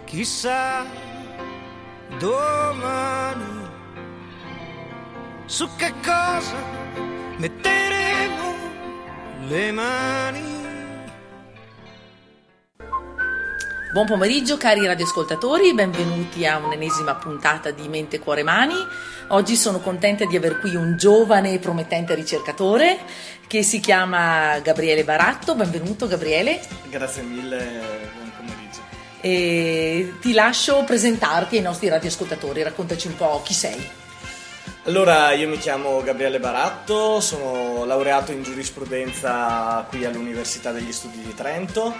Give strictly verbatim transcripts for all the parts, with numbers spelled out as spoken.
Chissà domani su che cosa metteremo le mani. Buon pomeriggio cari radioascoltatori, benvenuti a un'ennesima puntata di Mente, Cuore, Mani. Oggi sono contenta di aver qui un giovane e promettente ricercatore che si chiama Gabriele Baratto. Benvenuto Gabriele. Grazie mille, buon pomeriggio. E ti lascio presentarti ai nostri radioascoltatori, raccontaci un po' chi sei. Allora, io mi chiamo Gabriele Baratto, sono laureato in giurisprudenza qui all'Università degli Studi di Trento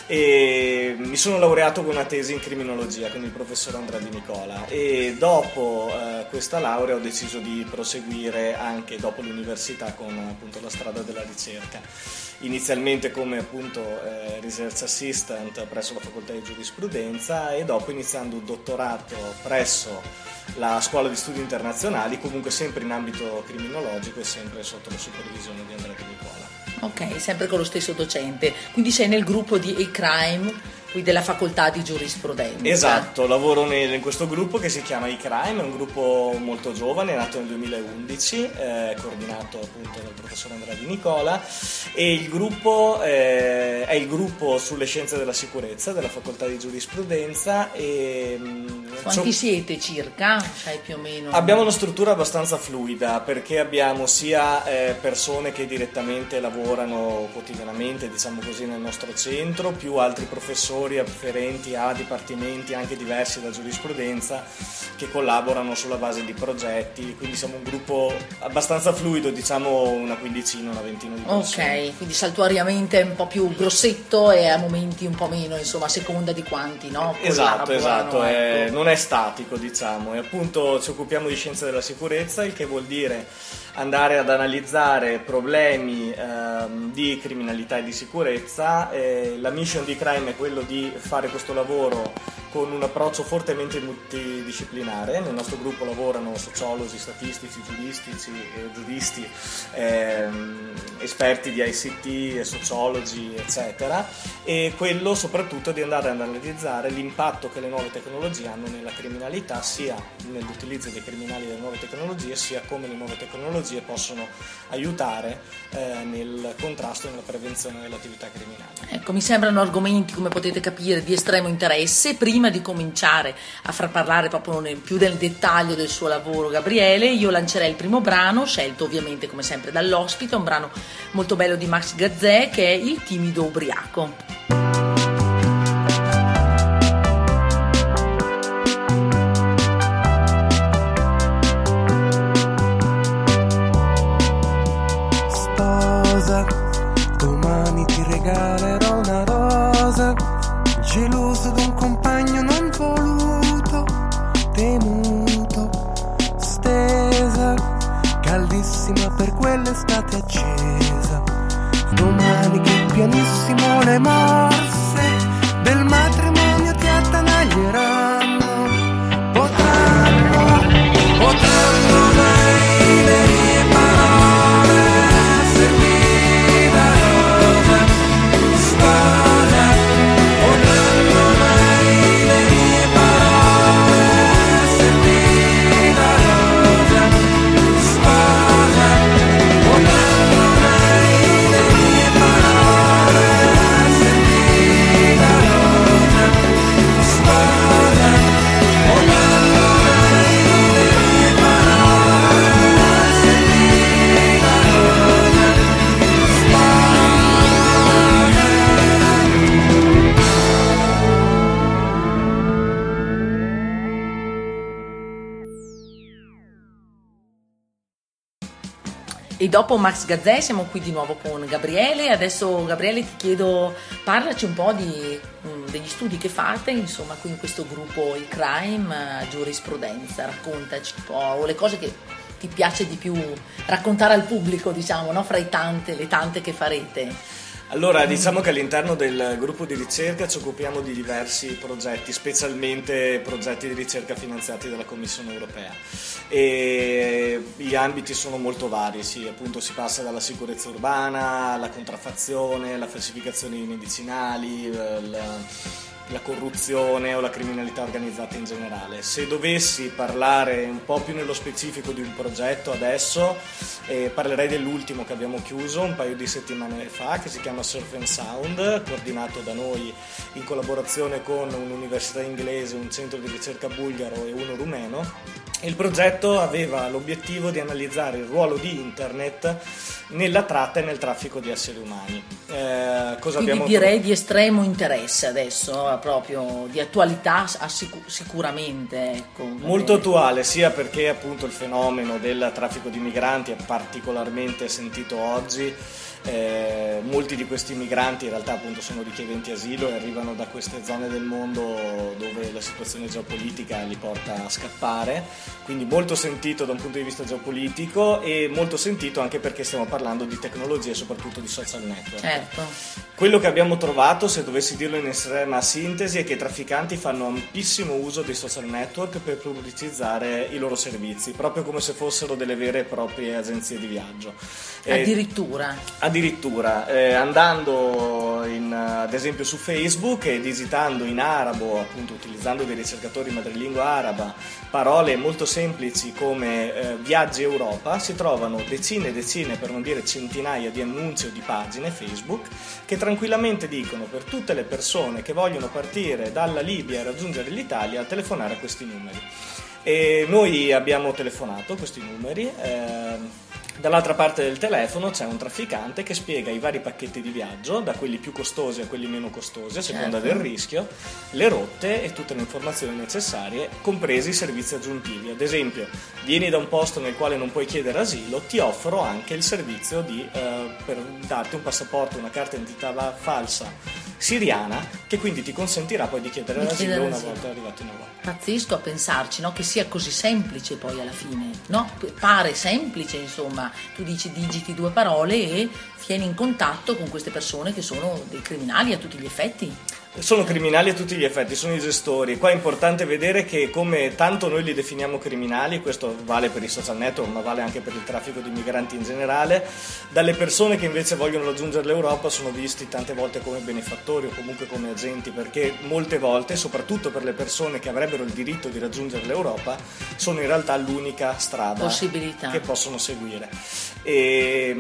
e mi sono laureato con una tesi in criminologia con il professor Andrea Di Nicola e dopo eh, questa laurea ho deciso di proseguire anche dopo l'università con appunto la strada della ricerca. Inizialmente come appunto eh, research assistant presso la facoltà di giurisprudenza e dopo iniziando un dottorato presso la scuola di studi internazionali, comunque sempre in ambito criminologico e sempre sotto la supervisione di Andrea Di Nicola. Ok, sempre con lo stesso docente, quindi sei nel gruppo di E-Crime qui della facoltà di giurisprudenza. Esatto, lavoro nel, in questo gruppo che si chiama E-Crime, è un gruppo molto giovane, nato nel duemilaundici, eh, coordinato appunto dal professor Andrea Di Nicola e il gruppo eh, è il gruppo sulle scienze della sicurezza della facoltà di giurisprudenza. E, quanti so, siete circa? Sai più o meno? Abbiamo una struttura abbastanza fluida perché abbiamo sia eh, persone che direttamente lavorano quotidianamente, diciamo così, nel nostro centro, più altri professori afferenti a dipartimenti anche diversi da giurisprudenza che collaborano sulla base di progetti, quindi siamo un gruppo abbastanza fluido, diciamo una quindicina, una ventina di persone. Ok, quindi saltuariamente un po' più grossetto e a momenti un po' meno, insomma a seconda di quanti, no? Esatto, esatto, è, ecco. Non è statico, diciamo, e appunto ci occupiamo di scienze della sicurezza, il che vuol dire andare ad analizzare problemi ehm, di criminalità e di sicurezza. Eh, la mission di E-Crime è quello di fare questo lavoro con un approccio fortemente multidisciplinare. Nel nostro gruppo lavorano sociologi, statistici, giuristici, eh, giuristi, ehm, esperti di I C T, sociologi, eccetera, e quello soprattutto di andare ad analizzare l'impatto che le nuove tecnologie hanno nella criminalità, sia nell'utilizzo dei criminali delle nuove tecnologie, sia come le nuove tecnologie possono aiutare eh, nel contrasto e nella prevenzione dell'attività criminale. Ecco, mi sembrano argomenti, come potete capire, di estremo interesse. Prima di cominciare a far parlare proprio più nel dettaglio del suo lavoro Gabriele, io lancerei il primo brano, scelto ovviamente come sempre dall'ospite, un brano molto bello di Max Gazzè che è Il timido ubriaco. Domani ti regalerò una rosa, geloso d'un compagno non voluto, temuto, stesa, caldissima per quell'estate accesa. Domani che pianissimo le morse del matrimonio ti attanaglieranno, potranno, potranno mai le mie parole servire. E dopo Max Gazzè siamo qui di nuovo con Gabriele. Adesso Gabriele ti chiedo, parlaci un po' di, um, degli studi che fate, insomma, qui in questo gruppo E-Crime, giurisprudenza. Raccontaci un po' le cose che ti piace di più raccontare al pubblico, diciamo, no? Fra i tante, le tante che farete. Allora, diciamo che all'interno del gruppo di ricerca ci occupiamo di diversi progetti, specialmente progetti di ricerca finanziati dalla Commissione Europea, e gli ambiti sono molto vari, sì, appunto si passa dalla sicurezza urbana alla contraffazione, alla falsificazione di medicinali, la, la corruzione o la criminalità organizzata in generale. Se dovessi parlare un po' più nello specifico di un progetto adesso, eh, parlerei dell'ultimo che abbiamo chiuso un paio di settimane fa, che si chiama Surf and Sound, coordinato da noi in collaborazione con un'università inglese, un centro di ricerca bulgaro e uno rumeno. Il progetto aveva l'obiettivo di analizzare il ruolo di internet nella tratta e nel traffico di esseri umani. Eh, cosa Quindi abbiamo direi trovato? di estremo interesse adesso, proprio di attualità assicur- sicuramente. Ecco, Molto attuale, sia perché appunto il fenomeno del traffico di migranti è particolarmente sentito oggi. Eh, molti di questi migranti in realtà appunto sono richiedenti asilo e arrivano da queste zone del mondo dove la situazione geopolitica li porta a scappare, quindi molto sentito da un punto di vista geopolitico e molto sentito anche perché stiamo parlando di tecnologie e soprattutto di social network. Certo. Quello che abbiamo trovato, se dovessi dirlo in estrema sintesi, è che i trafficanti fanno ampissimo uso dei social network per pubblicizzare i loro servizi, proprio come se fossero delle vere e proprie agenzie di viaggio. Addirittura. Eh, addirittura, eh, andando in, ad esempio su Facebook e digitando in arabo, appunto utilizzando dei ricercatori madrelingua araba, parole molto semplici come eh, viaggi Europa, si trovano decine e decine, per non dire centinaia di annunci o di pagine Facebook che tranquillamente dicono per tutte le persone che vogliono partire dalla Libia e raggiungere l'Italia a telefonare a questi numeri. E noi abbiamo telefonato questi numeri. Eh, Dall'altra parte del telefono c'è un trafficante che spiega i vari pacchetti di viaggio, da quelli più costosi a quelli meno costosi, a seconda certo. del rischio, le rotte e tutte le informazioni necessarie, compresi i servizi aggiuntivi. Ad esempio, vieni da un posto nel quale non puoi chiedere asilo, ti offro anche il servizio di, eh, per darti un passaporto, una carta d'identità falsa siriana, che quindi ti consentirà poi di chiedere Di l'asilo chiedere una asilo. volta arrivato in Europa. Pazzesco a pensarci, no? Che sia così semplice poi alla fine, no? Pare semplice, insomma, tu dici digiti due parole e vieni in contatto con queste persone che sono dei criminali a tutti gli effetti. Sono criminali a tutti gli effetti, sono i gestori. Qua è importante vedere che come tanto noi li definiamo criminali, questo vale per i social network ma vale anche per il traffico di migranti in generale, dalle persone che invece vogliono raggiungere l'Europa sono visti tante volte come benefattori o comunque come agenti, perché molte volte, soprattutto per le persone che avrebbero il diritto di raggiungere l'Europa, sono in realtà l'unica strada Possibilità. che possono seguire. E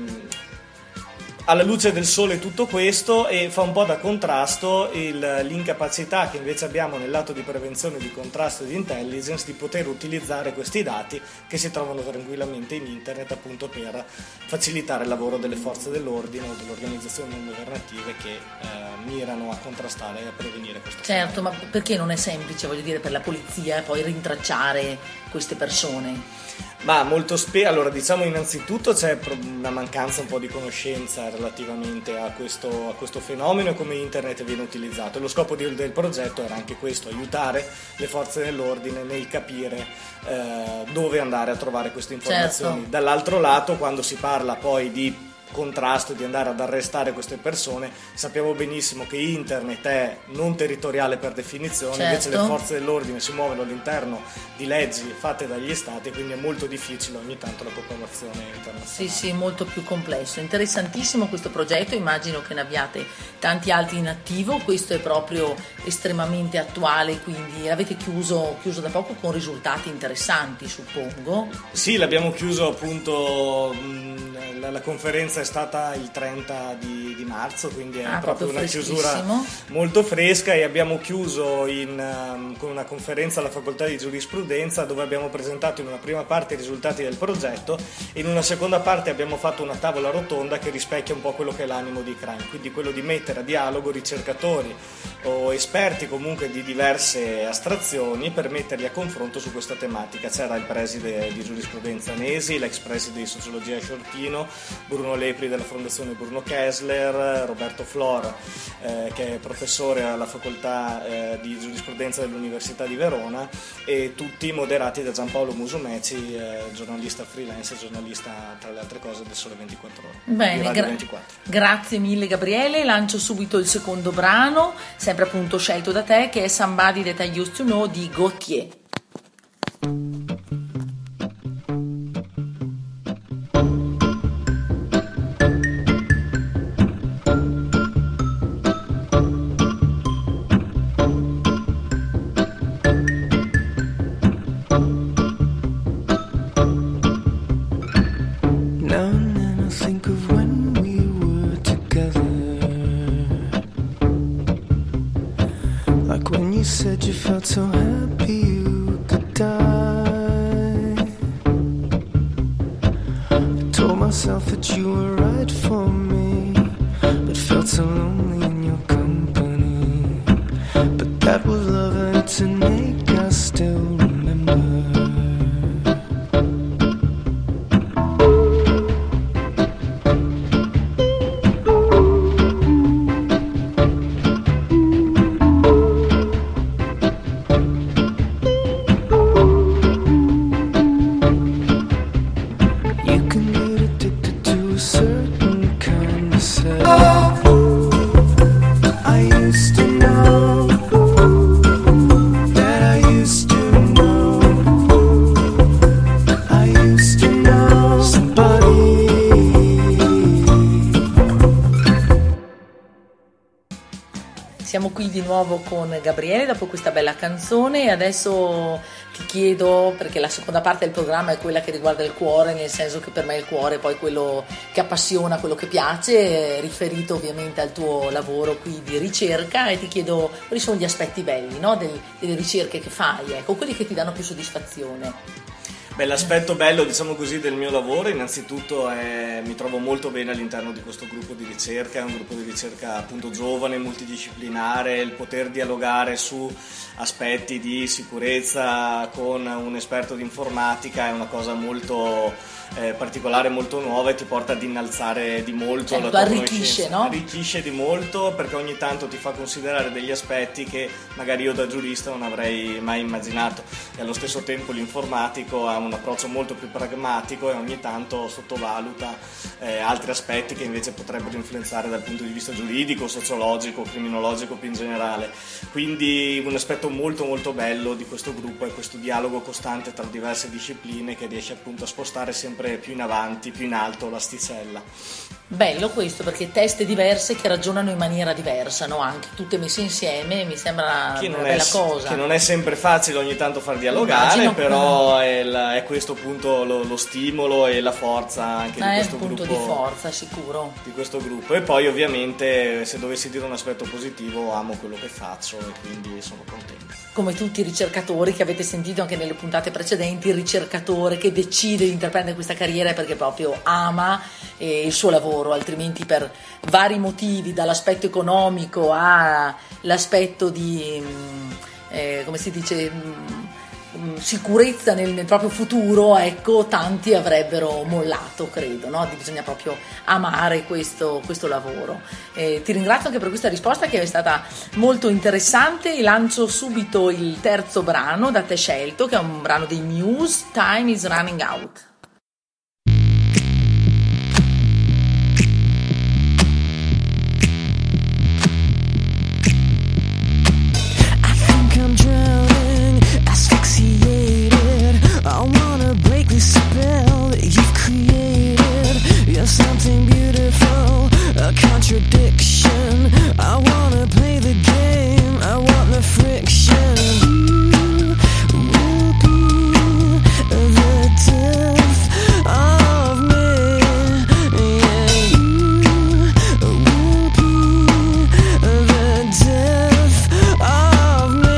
alla luce del sole tutto questo, e fa un po' da contrasto il, l'incapacità che invece abbiamo nel lato di prevenzione, di contrasto e di intelligence di poter utilizzare questi dati che si trovano tranquillamente in internet appunto per facilitare il lavoro delle forze dell'ordine o delle organizzazioni non governative che eh, mirano a contrastare e a prevenire questo Certo, ma perché non è semplice, voglio dire, per la polizia poi rintracciare queste persone? Ma molto spesso, allora diciamo innanzitutto c'è una mancanza un po' di conoscenza relativamente a questo, a questo fenomeno e come internet viene utilizzato, e lo scopo di, del progetto era anche questo, aiutare le forze dell'ordine nel capire eh, dove andare a trovare queste informazioni. Certo. Dall'altro lato, quando si parla poi di contrasto, di andare ad arrestare queste persone, sappiamo benissimo che internet è non territoriale per definizione, certo. Invece le forze dell'ordine si muovono all'interno di leggi fatte dagli stati, quindi è molto difficile ogni tanto la cooperazione internazionale. Sì, sì, molto più complesso. Interessantissimo questo progetto, immagino che ne abbiate tanti altri in attivo, questo è proprio estremamente attuale, quindi l'avete chiuso, chiuso da poco con risultati interessanti, suppongo. Sì, l'abbiamo chiuso appunto, mh, la, la conferenza è stata il trenta di, di marzo, quindi è ah, proprio una chiusura molto fresca, e abbiamo chiuso in, um, con una conferenza alla facoltà di giurisprudenza dove abbiamo presentato in una prima parte i risultati del progetto e in una seconda parte abbiamo fatto una tavola rotonda che rispecchia un po' quello che è l'animo di Crime, quindi quello di mettere a dialogo ricercatori o esperti comunque di diverse astrazioni per metterli a confronto su questa tematica. C'era il preside di giurisprudenza Nesi, l'ex preside di sociologia Sciortino, Bruno Lepri della fondazione Bruno Kessler, Roberto Flor eh, che è professore alla facoltà eh, di giurisprudenza dell'Università di Verona, e tutti moderati da Giampaolo Musumeci, eh, giornalista freelance e giornalista tra le altre cose del Sole ventiquattro Ore. Bene, gra- grazie mille Gabriele, lancio subito il secondo brano, sempre appunto scelto da te, che è Somebody That I Used to Know di Gautier. you said you felt so happy you could die. I told myself that you were right for me, but felt so lonely in your company. But that was love, and tonight I still remember. Siamo qui di nuovo con Gabriele dopo questa bella canzone e adesso ti chiedo, perché la seconda parte del programma è quella che riguarda il cuore, nel senso che per me il cuore è poi quello che appassiona, quello che piace, riferito ovviamente al tuo lavoro qui di ricerca, e ti chiedo quali sono gli aspetti belli, no, del, delle ricerche che fai, ecco, quelli che ti danno più soddisfazione. Beh, l'aspetto bello, diciamo così, del mio lavoro innanzitutto è mi trovo molto bene all'interno di questo gruppo di ricerca, è un gruppo di ricerca appunto giovane, multidisciplinare, il poter dialogare su aspetti di sicurezza con un esperto di informatica è una cosa molto eh, particolare, molto nuova, e ti porta ad innalzare di molto certo, la tua arricchisce, conoscenza. No? Arricchisce di molto, perché ogni tanto ti fa considerare degli aspetti che magari io da giurista non avrei mai immaginato, e allo stesso tempo l'informatico ha un approccio molto più pragmatico e ogni tanto sottovaluta eh, altri aspetti che invece potrebbero influenzare dal punto di vista giuridico, sociologico, criminologico più in generale. Quindi un aspetto molto molto bello di questo gruppo è questo dialogo costante tra diverse discipline che riesce appunto a spostare sempre più in avanti, più in alto l'asticella. Bello questo, perché teste diverse che ragionano in maniera diversa, no? Anche tutte messe insieme, mi sembra che una non bella è, cosa. Che non è sempre facile ogni tanto far dialogare, Immagino, però è, la, è questo appunto lo, lo stimolo e la forza anche Ma di è questo un punto gruppo. di forza, sicuro. Di questo gruppo. E poi ovviamente, se dovessi dire un aspetto positivo, amo quello che faccio e quindi sono contento. Come tutti i ricercatori che avete sentito anche nelle puntate precedenti, il ricercatore che decide di intraprendere questa carriera è perché proprio ama eh, il suo lavoro, altrimenti per vari motivi, dall'aspetto economico all'aspetto di, eh, come si dice, mh, sicurezza nel, nel proprio futuro, ecco, tanti avrebbero mollato, credo, no? Bisogna proprio amare questo, questo lavoro. Eh, ti ringrazio anche per questa risposta che è stata molto interessante, e lancio subito il terzo brano da te scelto, che è un brano dei Muse, Time is Running Out. I wanna break the spell that you've created. You're something beautiful, a contradiction. I wanna play the game, I want the friction. You will be the death of me. Yeah, you will be the death of me.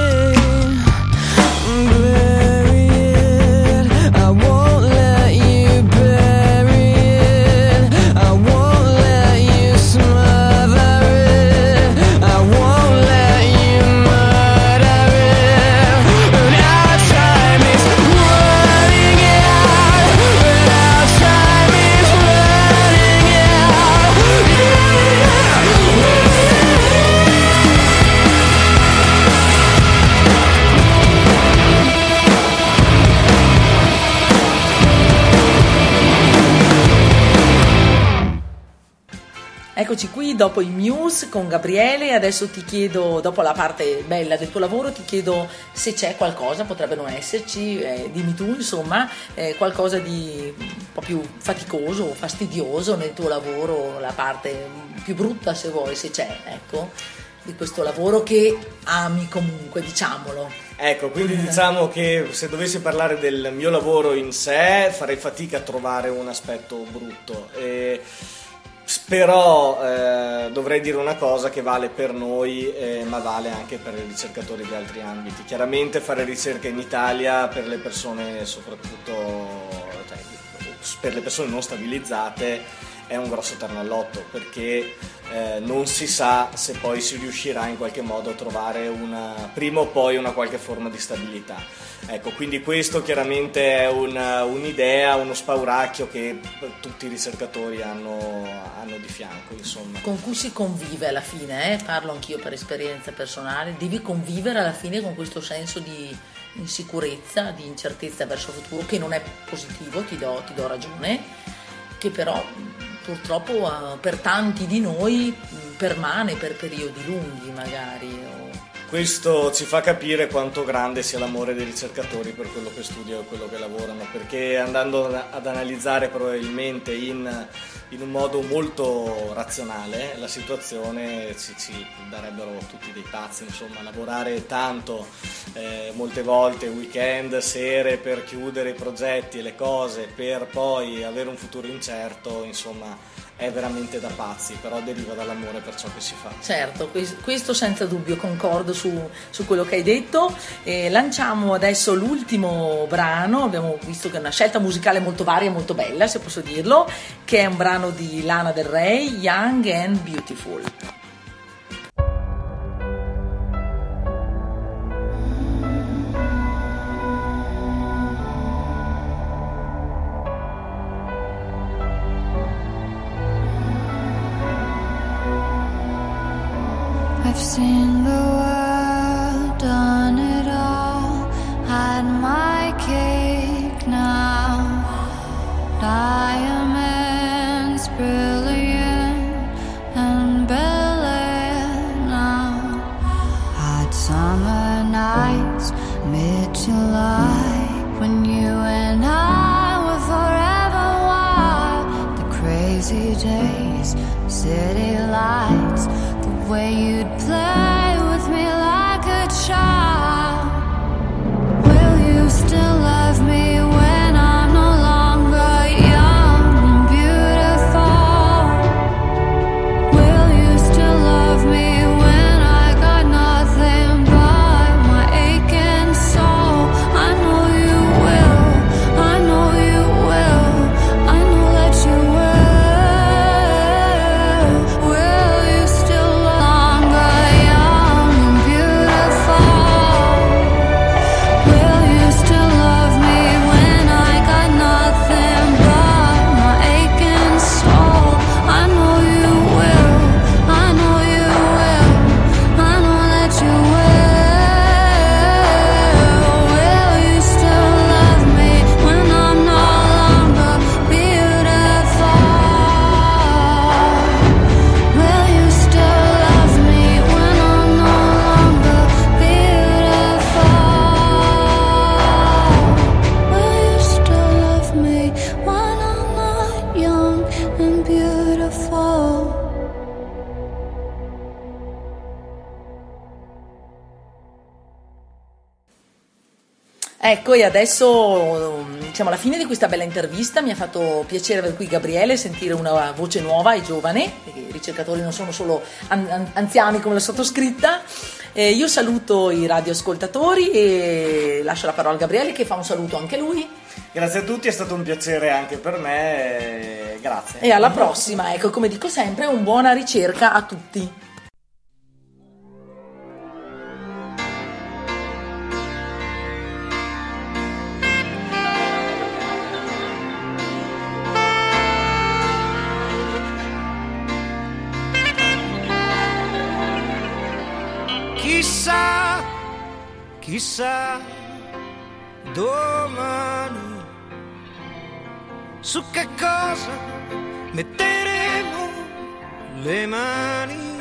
Eccoci qui dopo i Muse con Gabriele. Adesso ti chiedo, dopo la parte bella del tuo lavoro, ti chiedo se c'è qualcosa, potrebbe non esserci, eh, dimmi tu, insomma, eh, qualcosa di un po' più faticoso o fastidioso nel tuo lavoro, la parte più brutta, se vuoi, se c'è, ecco, di questo lavoro che ami comunque, diciamolo. Ecco, quindi diciamo che se dovessi parlare del mio lavoro in sé farei fatica a trovare un aspetto brutto. E Però eh, dovrei dire una cosa che vale per noi, eh, ma vale anche per i ricercatori di altri ambiti. Chiaramente fare ricerca in Italia per le persone, soprattutto cioè, per le persone non stabilizzate, è un grosso terno all'otto, perché eh, non si sa se poi si riuscirà in qualche modo a trovare una, prima o poi una qualche forma di stabilità. Ecco, quindi questo chiaramente è una, un'idea, uno spauracchio che tutti i ricercatori hanno, hanno di fianco, insomma. Con cui si convive alla fine, eh? Parlo anch'io per esperienza personale, devi convivere alla fine con questo senso di insicurezza, di incertezza verso il futuro, che non è positivo, ti do, ti do ragione, che però purtroppo uh, per tanti di noi mh, permane per periodi lunghi magari. O... Questo ci fa capire quanto grande sia l'amore dei ricercatori per quello che studiano e quello che lavorano, perché andando ad analizzare probabilmente in, in un modo molto razionale la situazione ci, ci darebbero tutti dei pazzi, insomma, lavorare tanto, eh, molte volte weekend, sere per chiudere i progetti e le cose, per poi avere un futuro incerto, insomma, è veramente da pazzi, però deriva dall'amore per ciò che si fa. Certo, questo senza dubbio, concordo su, su quello che hai detto. E lanciamo adesso l'ultimo brano, abbiamo visto che è una scelta musicale molto varia e molto bella, se posso dirlo, che è un brano di Lana Del Rey, Young and Beautiful. I've seen the world, done it all, had my cake now. Diamonds brilliant and brilliant now. Hot summer nights, mid-July, when you and I were forever wild. The crazy days, city lights, way you'd play with me like a child. Will you still love me when I'm no longer young and beautiful? Will you still love me when I got nothing but my aching soul? I know you will, I know you will, I know that you will. Will you still Ecco, e adesso siamo alla fine di questa bella intervista. Mi ha fatto piacere avere qui Gabriele, sentire una voce nuova e giovane, perché i ricercatori non sono solo an- anziani come la sottoscritta. Eh, io saluto i radioascoltatori e lascio la parola a Gabriele, che fa un saluto anche lui. Grazie a tutti, è stato un piacere anche per me, grazie. E alla prossima, ecco, come dico sempre, una buona ricerca a tutti. Chissà, chissà, domani su che cosa metteremo le mani.